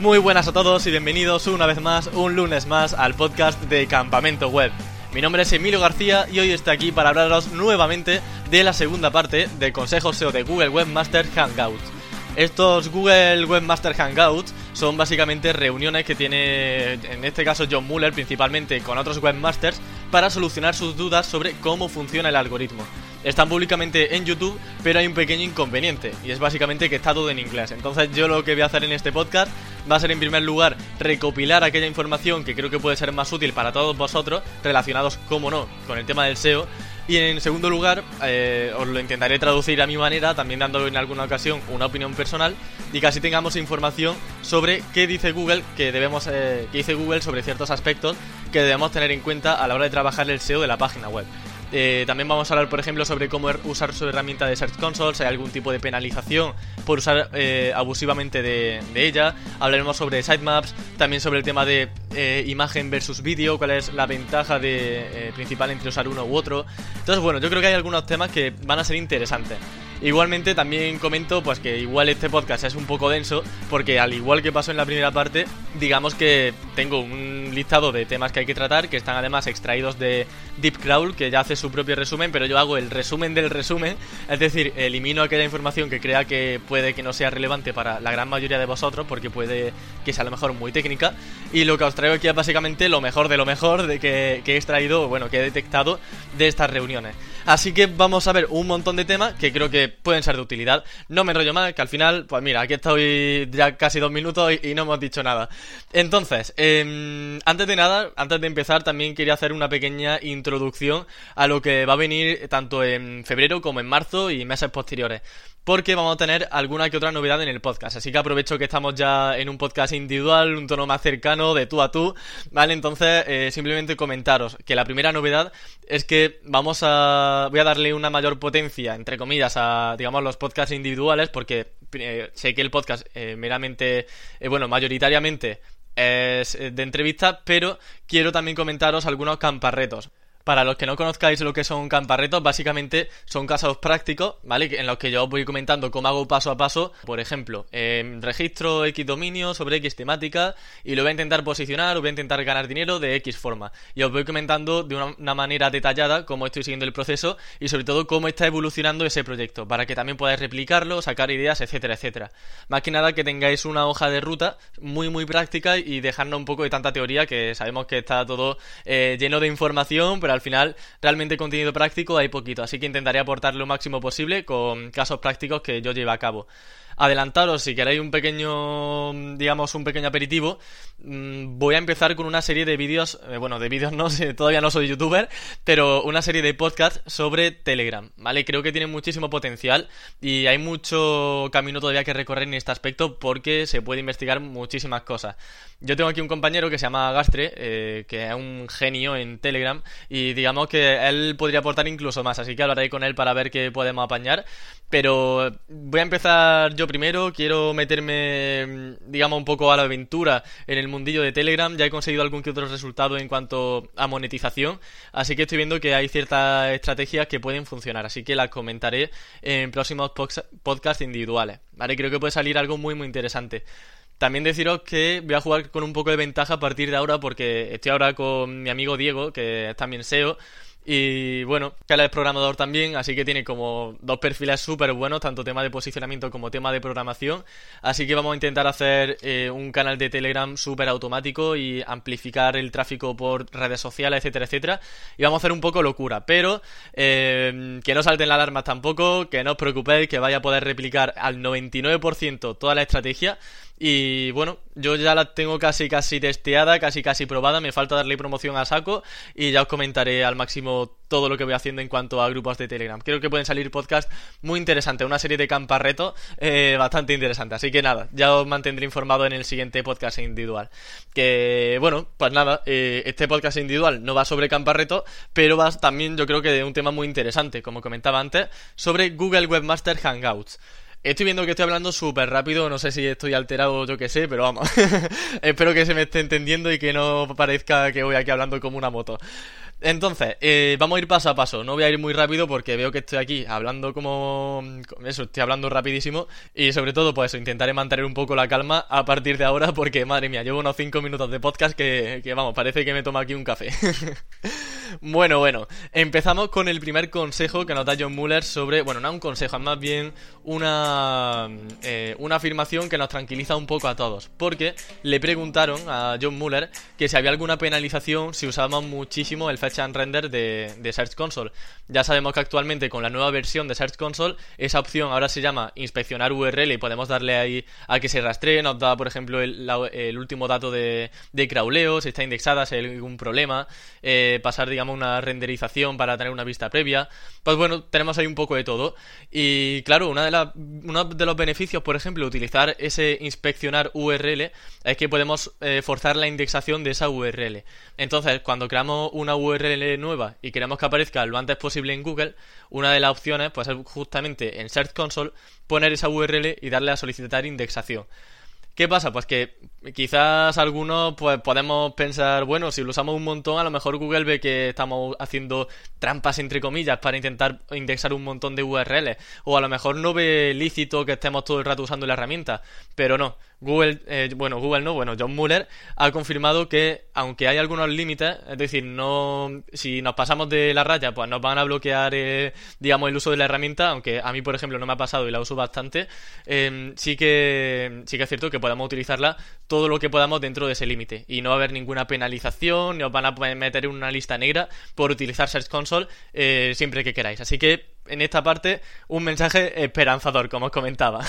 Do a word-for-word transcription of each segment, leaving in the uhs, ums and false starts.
Muy buenas a todos y bienvenidos una vez más, un lunes más, al podcast de Campamento Web. Mi nombre es Emilio García y hoy estoy aquí para hablaros nuevamente de la segunda parte de consejos S E O de Google Webmaster Hangouts. Estos Google Webmaster Hangouts son básicamente reuniones que tiene, en este caso, John Mueller principalmente con otros webmasters para solucionar sus dudas sobre cómo funciona el algoritmo. Están públicamente en YouTube, pero hay un pequeño inconveniente, y es básicamente que está todo en inglés. Entonces yo lo que voy a hacer en este podcast va a ser, en primer lugar, recopilar aquella información que creo que puede ser más útil para todos vosotros, relacionados, como no, con el tema del S E O. Y en segundo lugar, eh, os lo intentaré traducir a mi manera, también dando en alguna ocasión una opinión personal, y que así tengamos información sobre qué dice Google, que debemos, eh, qué dice Google sobre ciertos aspectos que debemos tener en cuenta a la hora de trabajar el S E O de la página web. Eh, también vamos a hablar, por ejemplo, sobre cómo usar su herramienta de Search Console, si hay algún tipo de penalización por usar eh, abusivamente de, de ella. Hablaremos sobre sitemaps, también sobre el tema de eh, imagen versus vídeo, cuál es la ventaja de, eh, principal entre usar uno u otro. Entonces, bueno, yo creo que hay algunos temas que van a ser interesantes. Igualmente también comento pues que igual este podcast es un poco denso, porque al igual que pasó en la primera parte, digamos que tengo un listado de temas que hay que tratar, que están además extraídos de DeepCrawl, que ya hace su propio resumen, pero yo hago el resumen del resumen, es decir, elimino aquella información que crea que puede que no sea relevante para la gran mayoría de vosotros, porque puede que sea a lo mejor muy técnica, y lo que os traigo aquí es básicamente lo mejor de lo mejor de que, que he extraído, bueno, que he detectado de estas reuniones. Así que vamos a ver un montón de temas que creo que pueden ser de utilidad. No me enrollo más, que al final, pues mira, aquí estoy ya casi dos minutos y, y no hemos dicho nada. Entonces, eh, antes de nada, antes de empezar, también quería hacer una pequeña introducción a lo que va a venir tanto en febrero como en marzo y meses posteriores, porque vamos a tener alguna que otra novedad en el podcast. Así que aprovecho que estamos ya en un podcast individual, un tono más cercano, de tú a tú, ¿vale? Entonces, eh, simplemente comentaros que la primera novedad es que vamos a... voy a darle una mayor potencia, entre comillas, a, digamos, los podcasts individuales, porque eh, sé que el podcast eh, meramente, eh, bueno, mayoritariamente es de entrevistas, pero quiero también comentaros algunos camparretos. Para los que no conozcáis lo que son camparretos, básicamente son casos prácticos, ¿vale? En los que yo os voy comentando cómo hago paso a paso. Por ejemplo, eh, registro X dominio sobre X temática y lo voy a intentar posicionar o voy a intentar ganar dinero de X forma. Y os voy comentando de una, una manera detallada cómo estoy siguiendo el proceso y sobre todo cómo está evolucionando ese proyecto, para que también podáis replicarlo, sacar ideas, etcétera, etcétera. Más que nada que tengáis una hoja de ruta muy muy práctica y dejarnos un poco de tanta teoría, que sabemos que está todo eh, lleno de información, pero al final realmente contenido práctico hay poquito, así que intentaré aportar lo máximo posible con casos prácticos que yo lleve a cabo. Adelantaros, si queréis un pequeño, digamos, un pequeño aperitivo, mmm, voy a empezar con una serie de vídeos, eh, bueno, de vídeos no, todavía no soy youtuber, pero una serie de podcasts sobre Telegram, ¿vale? Creo que tiene muchísimo potencial y hay mucho camino todavía que recorrer en este aspecto, porque se puede investigar muchísimas cosas. Yo tengo aquí un compañero que se llama Gastre, eh, que es un genio en Telegram, y digamos que él podría aportar incluso más, así que hablaré con él para ver qué podemos apañar, pero voy a empezar yo primero. Quiero meterme, digamos, un poco a la aventura en el mundillo de Telegram. Ya he conseguido algún que otro resultado en cuanto a monetización, así que estoy viendo que hay ciertas estrategias que pueden funcionar, así que las comentaré en próximos podcasts individuales, ¿vale? Creo que puede salir algo muy muy interesante. También deciros que voy a jugar con un poco de ventaja a partir de ahora, porque estoy ahora con mi amigo Diego, que es también S E O, y bueno, que él es programador también, así que tiene como dos perfiles súper buenos, tanto tema de posicionamiento como tema de programación. Así que vamos a intentar hacer eh, un canal de Telegram súper automático y amplificar el tráfico por redes sociales, etcétera, etcétera. Y vamos a hacer un poco locura, pero eh, que no salten las alarmas tampoco, que no os preocupéis, que vaya a poder replicar al noventa y nueve por ciento toda la estrategia. Y bueno, yo ya la tengo casi casi testeada, casi casi probada, me falta darle promoción a saco y ya os comentaré al máximo todo lo que voy haciendo en cuanto a grupos de Telegram. Creo que pueden salir podcasts muy interesantes, una serie de camparretos eh, bastante interesante, así que nada, ya os mantendré informado en el siguiente podcast individual. Que bueno, pues nada, eh, este podcast individual no va sobre camparretos, pero va también, yo creo que de un tema muy interesante, como comentaba antes, sobre Google Webmaster Hangouts. Estoy viendo que estoy hablando súper rápido, no sé si estoy alterado o yo qué sé, pero vamos, espero que se me esté entendiendo y que no parezca que voy aquí hablando como una moto. Entonces, eh, vamos a ir paso a paso. No voy a ir muy rápido porque veo que estoy aquí hablando como... Eso, estoy hablando rapidísimo. Y sobre todo, pues eso, intentaré mantener un poco la calma a partir de ahora porque, madre mía, llevo unos cinco minutos de podcast que, que vamos, parece que me tomo aquí un café. Bueno, bueno, empezamos con el primer consejo que nos da John Mueller sobre... Bueno, no es un consejo, es más bien una, eh, una afirmación que nos tranquiliza un poco a todos. Porque le preguntaron a John Mueller que si había alguna penalización si usábamos muchísimo el Fetch and Render de, de Search Console. Ya sabemos que actualmente con la nueva versión de Search Console esa opción ahora se llama inspeccionar U R L y podemos darle ahí a que se rastree, nos da por ejemplo el, la, el último dato de, de crawleo, si está indexada, si hay algún problema, eh, pasar digamos una renderización para tener una vista previa. Pues bueno, tenemos ahí un poco de todo. Y claro, una de la, uno de los beneficios, por ejemplo, de utilizar ese inspeccionar U R L es que podemos eh, forzar la indexación de esa U R L. Entonces, cuando creamos una U R L nueva y queremos que aparezca lo antes posible en Google, una de las opciones pues es justamente en Search Console poner esa U R L y darle a solicitar indexación. ¿Qué pasa? Pues que quizás algunos pues podemos pensar, bueno, si lo usamos un montón, a lo mejor Google ve que estamos haciendo trampas entre comillas para intentar indexar un montón de U R L, o a lo mejor no ve lícito que estemos todo el rato usando la herramienta, pero no. Google, eh, bueno, Google no, bueno, John Mueller ha confirmado que aunque hay algunos límites, es decir, no, si nos pasamos de la raya, pues nos van a bloquear, eh, digamos, el uso de la herramienta, aunque a mí, por ejemplo, no me ha pasado y la uso bastante, eh, sí que, sí que es cierto que podemos utilizarla todo lo que podamos dentro de ese límite y no va a haber ninguna penalización, ni os van a meter en una lista negra por utilizar Search Console eh, siempre que queráis. Así que en esta parte un mensaje esperanzador, como os comentaba.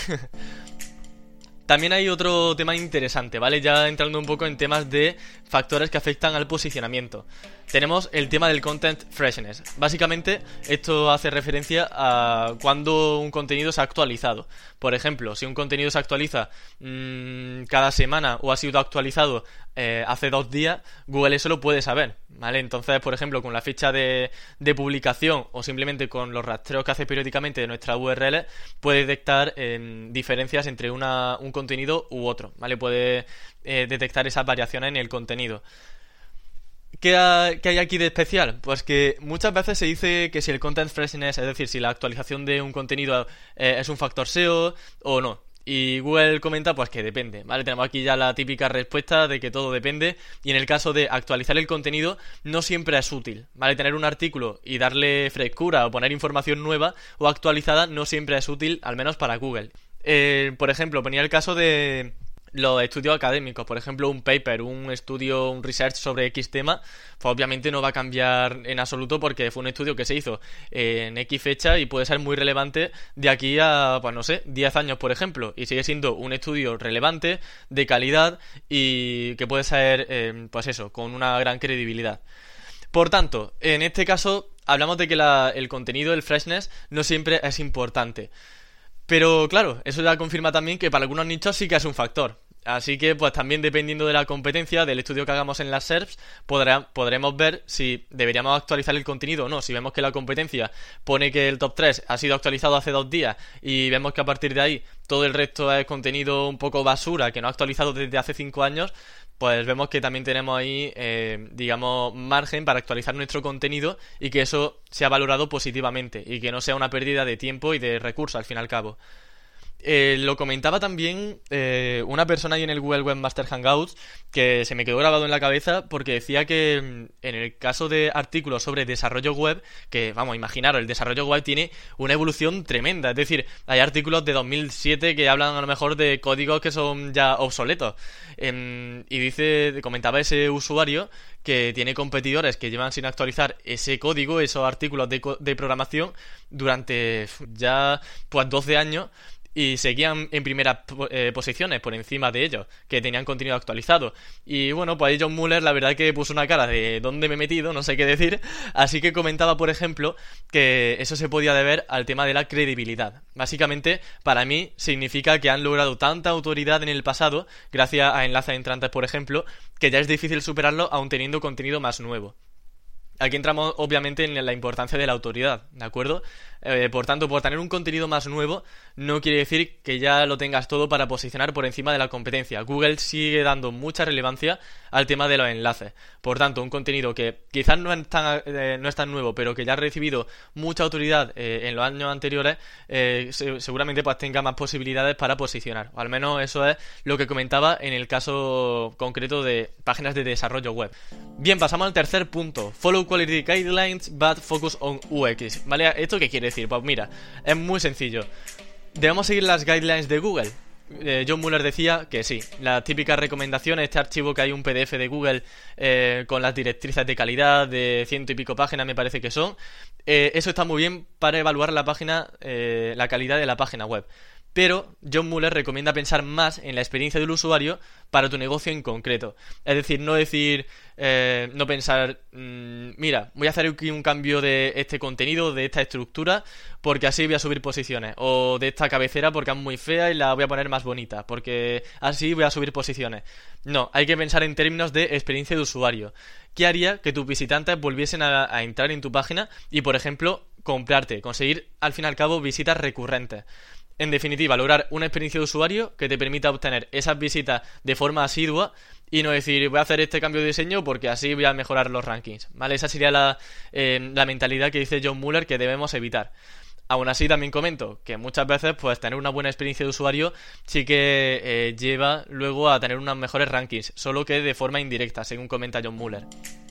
También hay otro tema interesante, ¿vale? Ya entrando un poco en temas de factores que afectan al posicionamiento. Tenemos el tema del content freshness. Básicamente, esto hace referencia a cuando un contenido se ha actualizado. Por ejemplo, si un contenido se actualiza mmm, cada semana o ha sido actualizado eh, hace dos días, Google eso lo puede saber, ¿vale? Entonces, por ejemplo, con la fecha de, de publicación o simplemente con los rastreos que hace periódicamente de nuestra U R L, puede detectar eh, diferencias entre una, un contenido u otro, ¿vale? Puede eh, detectar esas variaciones en el contenido. ¿Qué, ha, ¿Qué hay aquí de especial? Pues que muchas veces se dice que si el content freshness, es decir, si la actualización de un contenido eh, es un factor S E O o no. Y Google comenta pues que depende, ¿vale? Tenemos aquí ya la típica respuesta de que todo depende. Y en el caso de actualizar el contenido no siempre es útil, ¿vale? Tener un artículo y darle frescura o poner información nueva o actualizada no siempre es útil, al menos para Google. Eh, por ejemplo, ponía el caso de los estudios académicos, por ejemplo, un paper, un estudio, un research sobre X tema, pues obviamente no va a cambiar en absoluto porque fue un estudio que se hizo en X fecha y puede ser muy relevante de aquí a, pues no sé, diez años, por ejemplo, y sigue siendo un estudio relevante, de calidad y que puede ser, eh, pues eso, con una gran credibilidad. Por tanto, en este caso, hablamos de que la, el contenido, el freshness, no siempre es importante. Pero claro, eso ya confirma también que para algunos nichos sí que es un factor. Así que pues también dependiendo de la competencia, del estudio que hagamos en las S E R Ps, podrá, podremos ver si deberíamos actualizar el contenido o no. Si vemos que la competencia pone que el top tres ha sido actualizado hace dos días y vemos que a partir de ahí todo el resto es contenido un poco basura que no ha actualizado desde hace cinco años, pues vemos que también tenemos ahí, eh, digamos, margen para actualizar nuestro contenido y que eso sea valorado positivamente y que no sea una pérdida de tiempo y de recursos al fin y al cabo. Eh, lo comentaba también eh, una persona ahí en el Google Webmaster Hangouts que se me quedó grabado en la cabeza porque decía que en el caso de artículos sobre desarrollo web, que vamos, imaginaros, el desarrollo web tiene una evolución tremenda, es decir, hay artículos de dos mil siete que hablan a lo mejor de códigos que son ya obsoletos, eh, y dice, comentaba ese usuario que tiene competidores que llevan sin actualizar ese código, esos artículos de, de programación durante ya pues doce años y seguían en primeras eh, posiciones por encima de ellos, que tenían contenido actualizado. Y bueno, pues ahí John Mueller la verdad que puso una cara de ¿dónde me he metido? No sé qué decir. Así que comentaba, por ejemplo, que eso se podía deber al tema de la credibilidad. Básicamente, para mí, significa que han logrado tanta autoridad en el pasado, gracias a enlaces entrantes, por ejemplo, que ya es difícil superarlo aun teniendo contenido más nuevo. Aquí entramos obviamente en la importancia de la autoridad, ¿de acuerdo? Eh, por tanto, por tener un contenido más nuevo, no quiere decir que ya lo tengas todo para posicionar por encima de la competencia. Google sigue dando mucha relevancia al tema de los enlaces. Por tanto, un contenido que quizás no es tan, eh, no es tan nuevo, pero que ya ha recibido mucha autoridad eh, en los años anteriores, eh, se, seguramente pues tenga más posibilidades para posicionar. O al menos eso es lo que comentaba en el caso concreto de páginas de desarrollo web. Bien, pasamos al tercer punto. Follow quality guidelines but focus on U X. ¿Vale? ¿Esto qué quiere decir? Pues mira, es muy sencillo. ¿Debemos seguir las guidelines de Google? Eh, John Mueller decía que sí. La típica recomendación, este archivo que hay un P D F de Google eh, con las directrices de calidad de ciento y pico páginas, me parece que son. Eh, eso está muy bien para evaluar la página, eh, la calidad de la página web. Pero John Mueller recomienda pensar más en la experiencia del usuario para tu negocio en concreto. Es decir, no decir, eh, no pensar, mmm, mira, voy a hacer aquí un cambio de este contenido, de esta estructura, porque así voy a subir posiciones. O de esta cabecera porque es muy fea y la voy a poner más bonita, porque así voy a subir posiciones. No, hay que pensar en términos de experiencia de usuario. ¿Qué haría que tus visitantes volviesen a, a entrar en tu página y, por ejemplo, comprarte, conseguir al fin y al cabo visitas recurrentes? En definitiva, lograr una experiencia de usuario que te permita obtener esas visitas de forma asidua y no decir, voy a hacer este cambio de diseño porque así voy a mejorar los rankings, ¿vale? Esa sería la, eh, la mentalidad que dice John Mueller que debemos evitar. Aún así, también comento que muchas veces pues tener una buena experiencia de usuario sí que eh, lleva luego a tener unos mejores rankings, solo que de forma indirecta, según comenta John Mueller.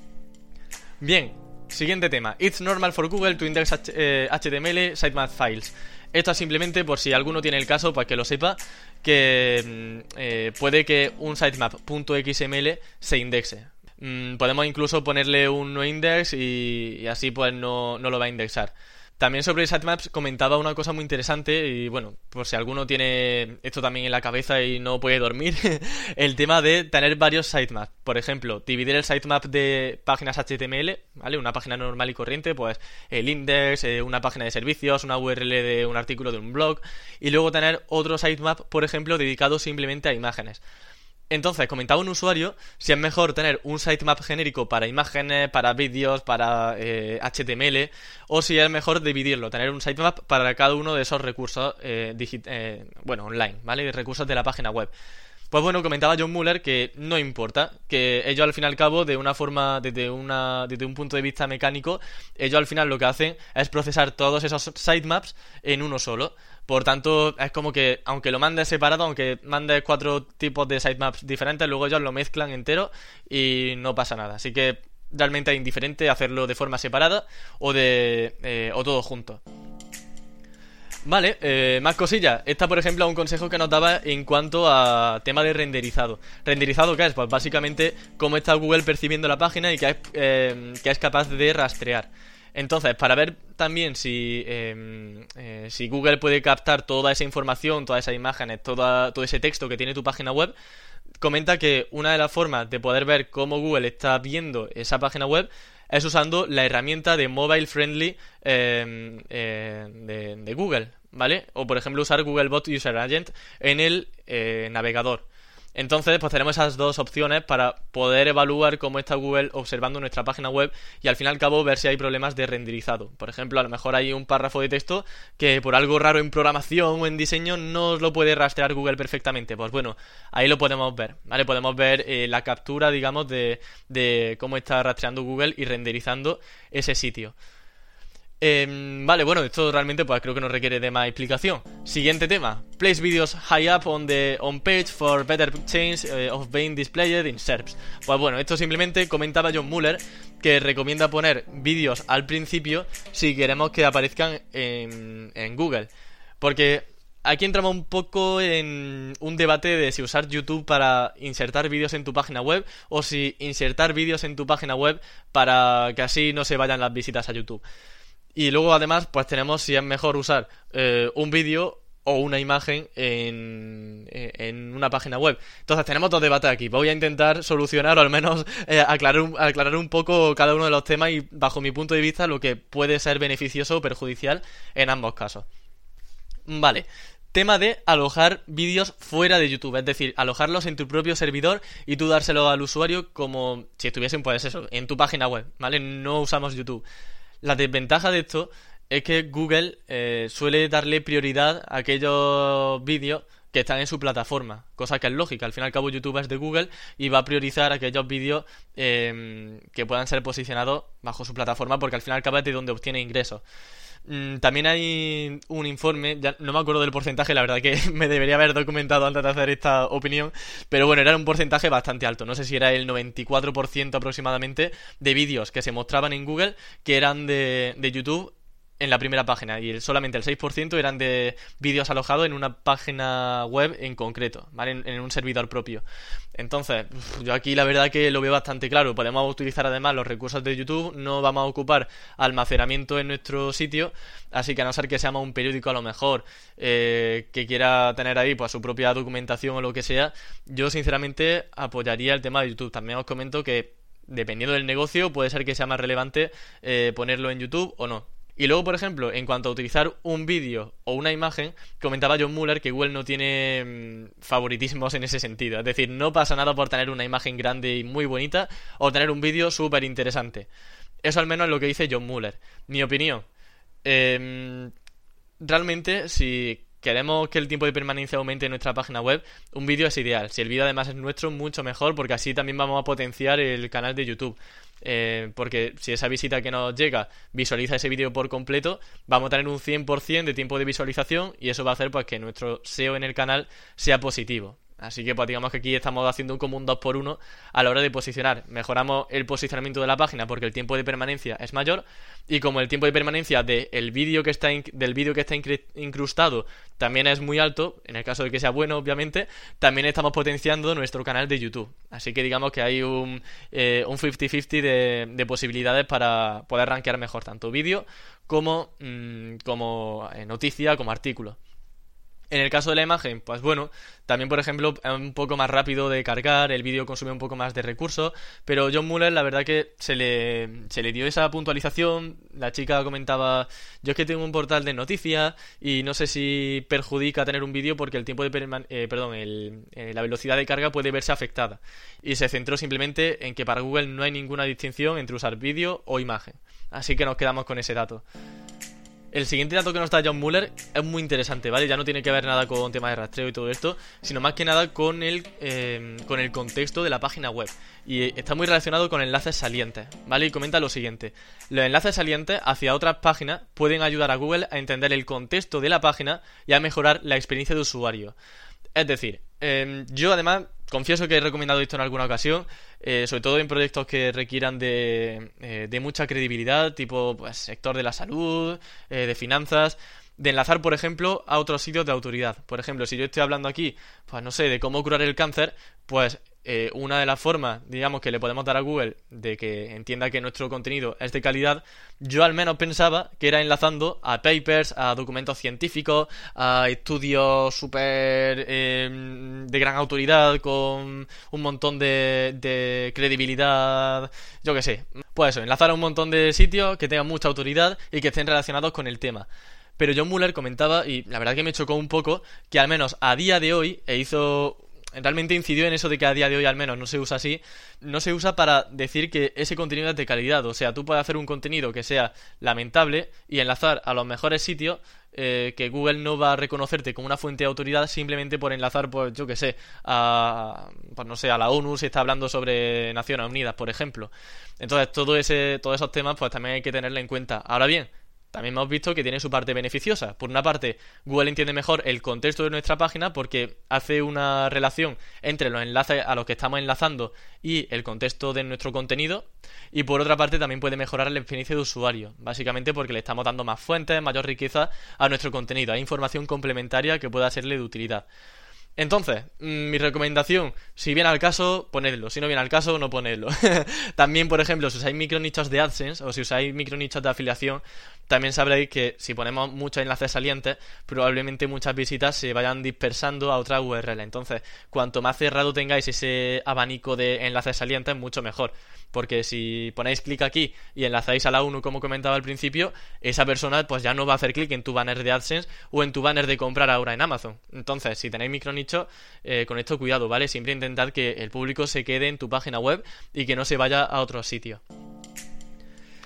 Bien, siguiente tema. It's normal for Google to index H T M L sitemap files. Esto es simplemente por si alguno tiene el caso, para que lo sepa, que eh, puede que un sitemap.xml se indexe. Mm, podemos incluso ponerle un noindex y, y así pues no, no lo va a indexar. También sobre sitemaps comentaba una cosa muy interesante y bueno, por si alguno tiene esto también en la cabeza y no puede dormir, el tema de tener varios sitemaps. Por ejemplo, dividir el sitemap de páginas H T M L, ¿vale? Una página normal y corriente, pues el index, eh, una página de servicios, una U R L de un artículo de un blog y luego tener otro sitemap, por ejemplo, dedicado simplemente a imágenes. Entonces, comentaba un usuario si es mejor tener un sitemap genérico para imágenes, para vídeos, para eh, H T M L, o si es mejor dividirlo, tener un sitemap para cada uno de esos recursos eh, digit- eh, bueno, online, ¿vale? Recursos de la página web. Pues bueno, comentaba John Mueller que no importa, que ellos al fin y al cabo, de una forma, desde, una, desde un punto de vista mecánico, ellos al final lo que hacen es procesar todos esos sitemaps en uno solo. Por tanto, es como que, aunque lo mandes separado, aunque mandes cuatro tipos de sitemaps diferentes, luego ellos lo mezclan entero y no pasa nada. Así que realmente es indiferente hacerlo de forma separada o, de, eh, o todo junto. Vale, eh, más cosillas. Esta, por ejemplo, es un consejo que nos daba en cuanto a tema de renderizado. ¿Renderizado qué es? Pues básicamente cómo está Google percibiendo la página y que es, eh, que es capaz de rastrear. Entonces, para ver también si, eh, eh, si Google puede captar toda esa información, todas esas imágenes, toda, todo ese texto que tiene tu página web, comenta que una de las formas de poder ver cómo Google está viendo esa página web es usando la herramienta de Mobile Friendly eh, eh, de, de Google, ¿vale? O por ejemplo usar Googlebot User Agent en el eh, navegador. Entonces pues tenemos esas dos opciones para poder evaluar cómo está Google observando nuestra página web y al fin y al cabo ver si hay problemas de renderizado. Por ejemplo, a lo mejor hay un párrafo de texto que por algo raro en programación o en diseño no lo puede rastrear Google perfectamente. Pues bueno, ahí lo podemos ver, ¿vale? Podemos ver eh, la captura, digamos, de, de cómo está rastreando Google y renderizando ese sitio. Eh, vale, bueno, esto realmente pues creo que no requiere de más explicación. Siguiente tema. Place videos high up on the on page for better chance uh, of being displayed in SERPs. Pues bueno, esto simplemente comentaba John Mueller que recomienda poner vídeos al principio si queremos que aparezcan en, en Google. Porque aquí entramos un poco en un debate de si usar YouTube para insertar vídeos en tu página web o si insertar vídeos en tu página web para que así no se vayan las visitas a YouTube. Y luego además pues tenemos si es mejor usar eh, un vídeo o una imagen en, en una página web. Entonces tenemos dos debates aquí. Voy a intentar solucionar o al menos eh, aclarar, un, aclarar un poco cada uno de los temas y bajo mi punto de vista lo que puede ser beneficioso o perjudicial en ambos casos. Vale. Tema de alojar vídeos fuera de YouTube, es decir, alojarlos en tu propio servidor y tú dárselo al usuario como si estuviesen, pues eso, en tu página web, ¿vale? No usamos YouTube. La desventaja de esto es que Google eh, suele darle prioridad a aquellos vídeos que están en su plataforma, cosa que es lógica. Al fin y al cabo YouTube es de Google y va a priorizar aquellos vídeos eh, que puedan ser posicionados bajo su plataforma, porque al fin y al cabo es de donde obtiene ingresos. Mm, también hay un informe, ya no me acuerdo del porcentaje, la verdad que me debería haber documentado antes de hacer esta opinión, pero bueno, era un porcentaje bastante alto, no sé si era el noventa y cuatro por ciento aproximadamente de vídeos que se mostraban en Google que eran de, de YouTube en la primera página, y solamente el seis por ciento eran de vídeos alojados en una página web en concreto, ¿vale? En, en un servidor propio. Entonces, yo aquí la verdad que lo veo bastante claro. Podemos utilizar además los recursos de YouTube, no vamos a ocupar almacenamiento en nuestro sitio, así que a no ser que seamos un periódico a lo mejor eh, que quiera tener ahí pues su propia documentación o lo que sea, yo sinceramente apoyaría el tema de YouTube. También os comento que dependiendo del negocio puede ser que sea más relevante eh, ponerlo en YouTube o no. Y luego, por ejemplo, en cuanto a utilizar un vídeo o una imagen, comentaba John Mueller que Google no tiene mmm, favoritismos en ese sentido. Es decir, no pasa nada por tener una imagen grande y muy bonita o tener un vídeo súper interesante. Eso al menos es lo que dice John Mueller. Mi opinión. Eh, realmente, si queremos que el tiempo de permanencia aumente en nuestra página web, un vídeo es ideal. Si el vídeo además es nuestro, mucho mejor, porque así también vamos a potenciar el canal de YouTube. Eh, porque si esa visita que nos llega visualiza ese vídeo por completo, vamos a tener un cien por ciento de tiempo de visualización y eso va a hacer pues que nuestro S E O en el canal sea positivo. Así que pues digamos que aquí estamos haciendo como un dos por uno a la hora de posicionar. Mejoramos el posicionamiento de la página porque el tiempo de permanencia es mayor, y como el tiempo de permanencia de el vídeo que está in- del vídeo que está incrustado también es muy alto, en el caso de que sea bueno obviamente, también estamos potenciando nuestro canal de YouTube. Así que digamos que hay un, eh, un cincuenta cincuenta de, de posibilidades para poder rankear mejor tanto vídeo como, mmm, como eh, noticia, como artículo. En el caso de la imagen, pues bueno, también por ejemplo es un poco más rápido de cargar, el vídeo consume un poco más de recursos, pero John Mueller la verdad que se le, se le dio esa puntualización. La chica comentaba, yo es que tengo un portal de noticias y no sé si perjudica tener un vídeo porque el tiempo de perman- eh, perdón, el, eh, la velocidad de carga puede verse afectada, y se centró simplemente en que para Google no hay ninguna distinción entre usar vídeo o imagen, así que nos quedamos con ese dato. El siguiente dato que nos da John Mueller es muy interesante, ¿vale? Ya no tiene que ver nada con temas de rastreo y todo esto, sino más que nada con el, eh, con el contexto de la página web. Y está muy relacionado con enlaces salientes, ¿vale? Y comenta lo siguiente: los enlaces salientes hacia otras páginas pueden ayudar a Google a entender el contexto de la página y a mejorar la experiencia de usuario. Es decir, eh, yo además confieso que he recomendado esto en alguna ocasión, eh, sobre todo en proyectos que requieran de, eh, de mucha credibilidad, tipo pues sector de la salud, eh, de finanzas, de enlazar, por ejemplo, a otros sitios de autoridad. Por ejemplo, si yo estoy hablando aquí, pues no sé, de cómo curar el cáncer, pues eh, una de las formas, digamos, que le podemos dar a Google de que entienda que nuestro contenido es de calidad, yo al menos pensaba que era enlazando a papers, a documentos científicos, a estudios súper eh, de gran autoridad con un montón de, de credibilidad, yo qué sé. Pues eso, enlazar a un montón de sitios que tengan mucha autoridad y que estén relacionados con el tema. Pero John Mueller comentaba, y la verdad que me chocó un poco, que al menos a día de hoy, e hizo... realmente incidió en eso de que a día de hoy al menos no se usa así, no se usa para decir que ese contenido es de calidad. O sea, tú puedes hacer un contenido que sea lamentable y enlazar a los mejores sitios eh, que Google no va a reconocerte como una fuente de autoridad simplemente por enlazar, pues yo que sé, a, pues no sé, a la ONU si está hablando sobre Naciones Unidas, por ejemplo. Entonces, todo ese, todos esos temas pues también hay que tenerlo en cuenta. Ahora bien, también hemos visto que tiene su parte beneficiosa. Por una parte, Google entiende mejor el contexto de nuestra página porque hace una relación entre los enlaces a los que estamos enlazando y el contexto de nuestro contenido. Y por otra parte, también puede mejorar la experiencia de usuario, básicamente porque le estamos dando más fuentes, mayor riqueza a nuestro contenido. Hay información complementaria que pueda serle de utilidad. Entonces, mi recomendación, si viene al caso, ponedlo. Si no viene al caso, no ponedlo. También, por ejemplo, si usáis micronichos de AdSense o si usáis micronichos de afiliación, también sabréis que si ponemos muchos enlaces salientes, probablemente muchas visitas se vayan dispersando a otra U R L. Entonces, cuanto más cerrado tengáis ese abanico de enlaces salientes, mucho mejor. Porque si ponéis clic aquí y enlazáis a la ONU, como comentaba al principio, esa persona pues ya no va a hacer clic en tu banner de AdSense o en tu banner de comprar ahora en Amazon. Entonces, si tenéis micronichos, eh, con esto cuidado, ¿vale? Siempre intentad que el público se quede en tu página web y que no se vaya a otros sitios.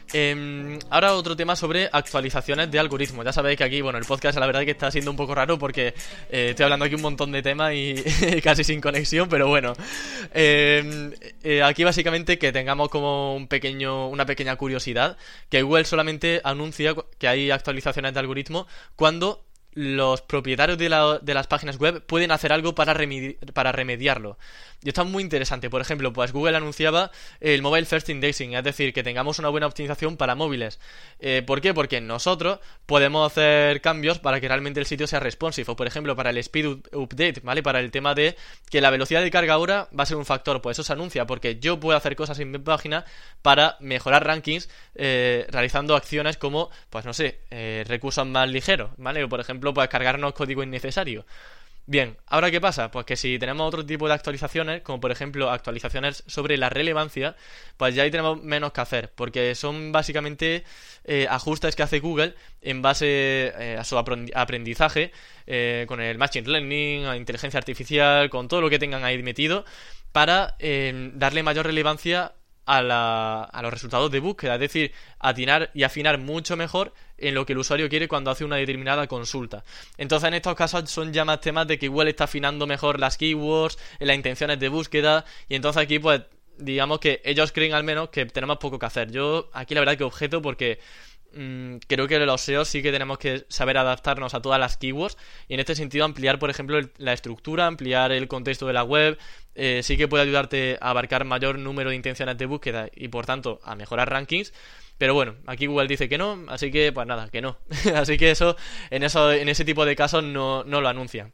Eh, ahora otro tema sobre actualizaciones de algoritmos. Ya sabéis que aquí, bueno, el podcast la verdad que está siendo un poco raro porque eh, estoy hablando aquí un montón de temas y casi sin conexión, pero bueno. Eh, eh, aquí básicamente que tengamos como un pequeño, una pequeña curiosidad, que Google solamente anuncia que hay actualizaciones de algoritmo cuando los propietarios de, la, de las páginas web pueden hacer algo para, remedi para remediarlo. Y esto es muy interesante. Por ejemplo, pues Google anunciaba el Mobile First Indexing, es decir, que tengamos una buena optimización para móviles. Eh, ¿Por qué? Porque nosotros podemos hacer cambios para que realmente el sitio sea responsive. O por ejemplo, para el Speed Update, ¿vale? Para el tema de que la velocidad de carga ahora va a ser un factor. Pues eso se anuncia porque yo puedo hacer cosas en mi página para mejorar rankings eh, realizando acciones como, pues no sé, eh, recursos más ligeros, ¿vale? O por ejemplo, pues cargarnos código innecesario. Bien, ¿ahora qué pasa? Pues que si tenemos otro tipo de actualizaciones, como por ejemplo actualizaciones sobre la relevancia, pues ya ahí tenemos menos que hacer, porque son básicamente eh, ajustes que hace Google en base eh, a su aprendizaje, eh, con el Machine Learning, a inteligencia artificial, con todo lo que tengan ahí metido, para eh, darle mayor relevancia A, la, a los resultados de búsqueda, es decir, atinar y afinar mucho mejor en lo que el usuario quiere cuando hace una determinada consulta. Entonces en estos casos son ya más temas de que Google está afinando mejor las keywords, las intenciones de búsqueda, y entonces aquí pues digamos que ellos creen al menos que tenemos poco que hacer. Yo aquí la verdad que objeto porque mmm, creo que los S E O sí que tenemos que saber adaptarnos a todas las keywords y en este sentido ampliar por ejemplo el, la estructura, ampliar el contexto de la web. Eh, sí que puede ayudarte a abarcar mayor número de intenciones de búsqueda y por tanto a mejorar rankings, pero bueno, aquí Google dice que no, así que pues nada, que no. Así que eso, en eso, en ese tipo de casos no, no lo anuncian.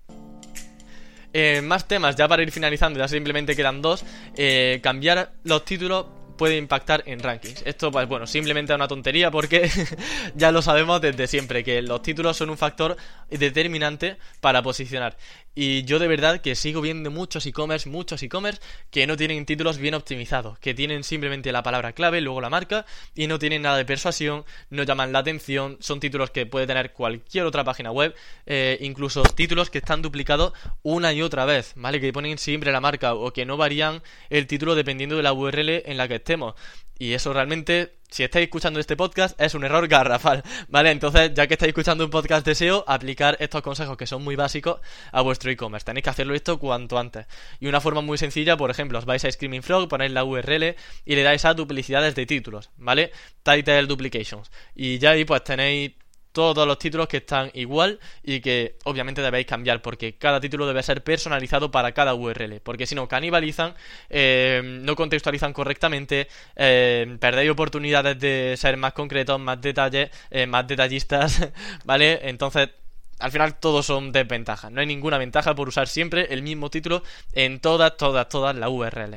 Eh, más temas, ya para ir finalizando, ya simplemente quedan dos. eh, Cambiar los títulos puede impactar en rankings. Esto pues bueno, simplemente es una tontería porque ya lo sabemos desde siempre, que los títulos son un factor determinante para posicionar. Y yo de verdad que sigo viendo muchos e-commerce, muchos e-commerce que no tienen títulos bien optimizados, que tienen simplemente la palabra clave, luego la marca, y no tienen nada de persuasión, no llaman la atención, son títulos que puede tener cualquier otra página web, eh, incluso títulos que están duplicados una y otra vez, ¿vale? Que ponen siempre la marca o que no varían el título dependiendo de la U R L en la que estemos. Y eso realmente, si estáis escuchando este podcast, es un error garrafal, ¿vale? Entonces, ya que estáis escuchando un podcast de S E O, aplicar estos consejos que son muy básicos a vuestro e-commerce. Tenéis que hacerlo esto cuanto antes. Y una forma muy sencilla, por ejemplo, os vais a Screaming Frog, ponéis la U R L y le dais a duplicidades de títulos, ¿vale? Title Duplications. Y ya ahí pues tenéis todos los títulos que están igual y que obviamente debéis cambiar porque cada título debe ser personalizado para cada U R L, porque si no canibalizan, eh, no contextualizan correctamente, eh, perdéis oportunidades de ser más concretos, más detalles, eh, más detallistas, ¿vale? Entonces al final todos son desventajas, no hay ninguna ventaja por usar siempre el mismo título en todas, todas, todas las U R L.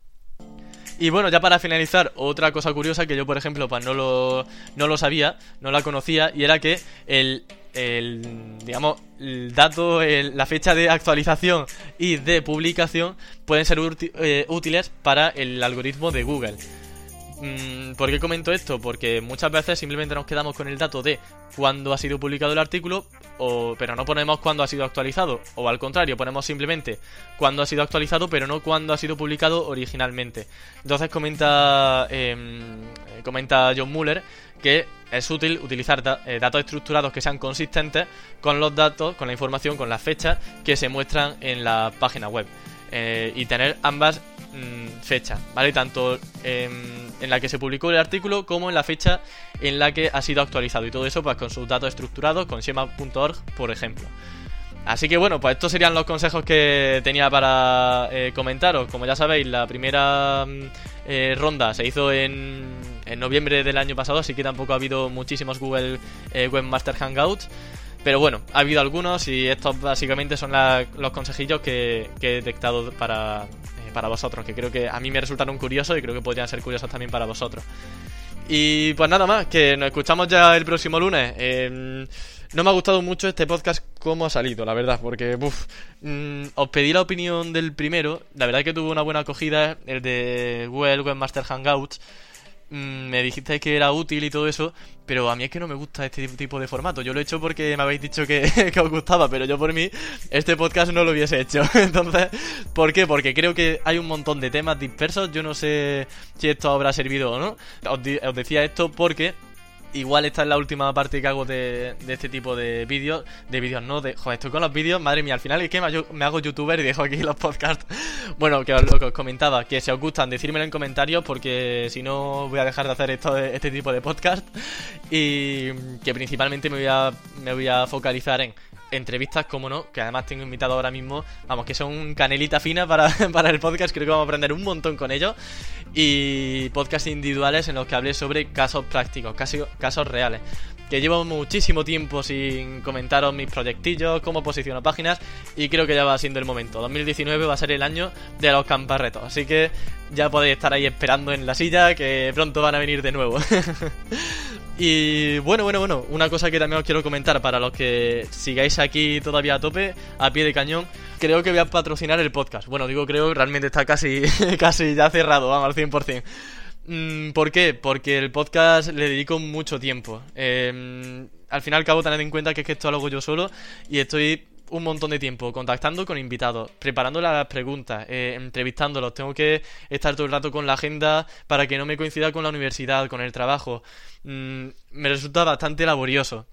Y bueno, ya para finalizar, otra cosa curiosa que yo, por ejemplo, pues no lo, no lo sabía, no la conocía, y era que el, el digamos, el dato, el, la fecha de actualización y de publicación pueden ser útil, eh, útiles para el algoritmo de Google. ¿Por qué comento esto? Porque muchas veces simplemente nos quedamos con el dato de cuándo ha sido publicado el artículo, o, pero no ponemos cuándo ha sido actualizado, o al contrario, ponemos simplemente cuándo ha sido actualizado, pero no cuándo ha sido publicado originalmente. Entonces comenta, eh, comenta John Mueller que es útil utilizar da- eh, datos estructurados que sean consistentes con los datos, con la información, con las fechas que se muestran en la página web, eh, y tener ambas fecha, ¿vale? Tanto en, en la que se publicó el artículo como en la fecha en la que ha sido actualizado, y todo eso pues con sus datos estructurados, con Schema punto org, por ejemplo. Así que bueno, pues estos serían los consejos que tenía para eh, comentaros. Como ya sabéis, la primera eh, ronda se hizo en, en noviembre del año pasado, así que tampoco ha habido muchísimos Google eh, Webmaster Hangouts. Pero bueno, ha habido algunos y estos básicamente son la, los consejillos que, que he detectado para, eh, para vosotros, que creo que a mí me resultaron curiosos y creo que podrían ser curiosos también para vosotros. Y pues nada más, que nos escuchamos ya el próximo lunes. Eh, no me ha gustado mucho este podcast como ha salido, la verdad, porque uf, mmm, os pedí la opinión del primero. La verdad es que tuvo una buena acogida, el de Google Webmaster Hangouts. me dijiste que era útil y todo eso, pero a mí es que no me gusta este tipo de formato. Yo lo he hecho porque me habéis dicho que, que os gustaba, pero yo por mí este podcast no lo hubiese hecho. Entonces, ¿por qué? Porque creo que hay un montón de temas dispersos. Yo no sé si esto habrá servido o no. Os, di- os decía esto porque igual esta es la última parte que hago de, de este tipo de vídeos. De vídeos, no, de... Joder, estoy con los vídeos. Madre mía, al final es que me, me hago youtuber y dejo aquí los podcasts. Bueno, que os, lo que os comentaba, que si os gustan, decírmelo en comentarios, porque si no voy a dejar de hacer esto, este tipo de podcast. Y que principalmente me voy a, me voy a focalizar en entrevistas, como no, que además tengo invitado ahora mismo, vamos, que son canelita fina para, para el podcast. Creo que vamos a aprender un montón con ellos. Y podcasts individuales en los que hablé sobre casos prácticos, casos, casos reales. Que llevo muchísimo tiempo sin comentaros mis proyectillos, cómo posiciono páginas, y creo que ya va siendo el momento. dos mil diecinueve va a ser el año de los camparretos, así que ya podéis estar ahí esperando en la silla, que pronto van a venir de nuevo. Y bueno, bueno, bueno, una cosa que también os quiero comentar para los que sigáis aquí todavía a tope, a pie de cañón. Creo que voy a patrocinar el podcast. Bueno, digo creo, realmente está casi, casi ya cerrado, vamos, al cien por ciento. ¿Por qué? Porque el podcast le dedico mucho tiempo. Eh, al fin y al cabo, tened en cuenta que es que esto lo hago yo solo y estoy un montón de tiempo contactando con invitados, preparando las preguntas, eh, entrevistándolos. Tengo que estar todo el rato con la agenda para que no me coincida con la universidad, con el trabajo. Mm, me resulta bastante laborioso.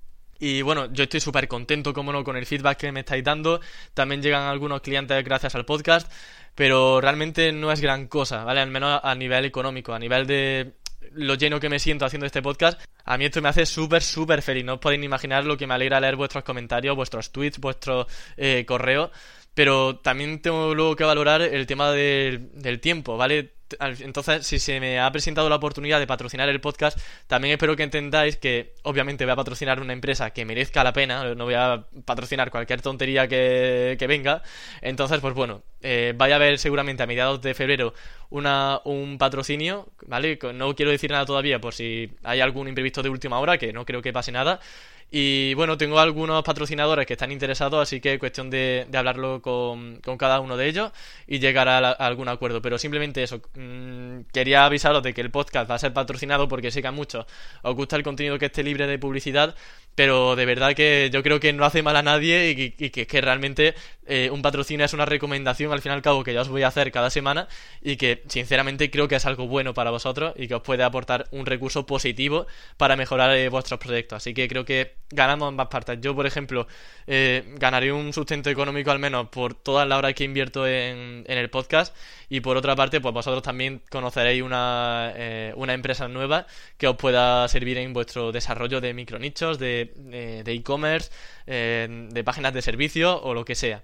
Y bueno, yo estoy súper contento, como no, con el feedback que me estáis dando. También llegan algunos clientes gracias al podcast, pero realmente no es gran cosa, ¿vale? Al menos a nivel económico, a nivel de lo lleno que me siento haciendo este podcast. A mí esto me hace súper, súper feliz. No os podéis ni imaginar lo que me alegra leer vuestros comentarios, vuestros tweets, vuestros eh, correos. Pero también tengo luego que valorar el tema del, del tiempo, ¿vale? Entonces, si se me ha presentado la oportunidad de patrocinar el podcast, también espero que entendáis que obviamente voy a patrocinar una empresa que merezca la pena, no voy a patrocinar cualquier tontería que, que venga. Entonces, pues bueno, eh, vaya a haber seguramente a mediados de febrero una, un patrocinio, ¿vale? No quiero decir nada todavía por si hay algún imprevisto de última hora, que no creo que pase nada. Y bueno, tengo algunos patrocinadores que están interesados, así que es cuestión de, de hablarlo con, con cada uno de ellos y llegar a, la, a algún acuerdo. Pero simplemente eso, mmm, quería avisaros de que el podcast va a ser patrocinado porque sé que a muchos os gusta el contenido que esté libre de publicidad, pero de verdad que yo creo que no hace mal a nadie y, y que, que realmente eh, un patrocinio es una recomendación al fin y al cabo que ya os voy a hacer cada semana y que sinceramente creo que es algo bueno para vosotros y que os puede aportar un recurso positivo para mejorar eh, vuestros proyectos. Así que creo que ganamos ambas partes. Yo, por ejemplo, eh, ganaré un sustento económico al menos por todas las horas que invierto en, en el podcast, y por otra parte, pues vosotros también conoceréis una, eh, una empresa nueva que os pueda servir en vuestro desarrollo de micronichos, de de, de e-commerce, eh, de páginas de servicio o lo que sea.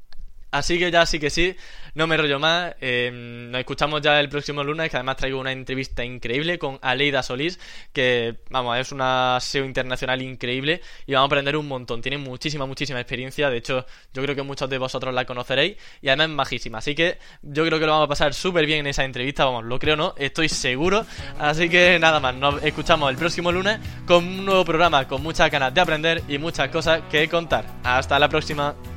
Así que ya sí que sí, no me rollo más, eh, nos escuchamos ya el próximo lunes, que además traigo una entrevista increíble con Aleida Solís, que vamos, es una S E O internacional increíble y vamos a aprender un montón. Tiene muchísima, muchísima experiencia, de hecho yo creo que muchos de vosotros la conoceréis y además es majísima, así que yo creo que lo vamos a pasar súper bien en esa entrevista, vamos, lo creo no, estoy seguro. Así que nada más, nos escuchamos el próximo lunes con un nuevo programa con muchas ganas de aprender y muchas cosas que contar. Hasta la próxima.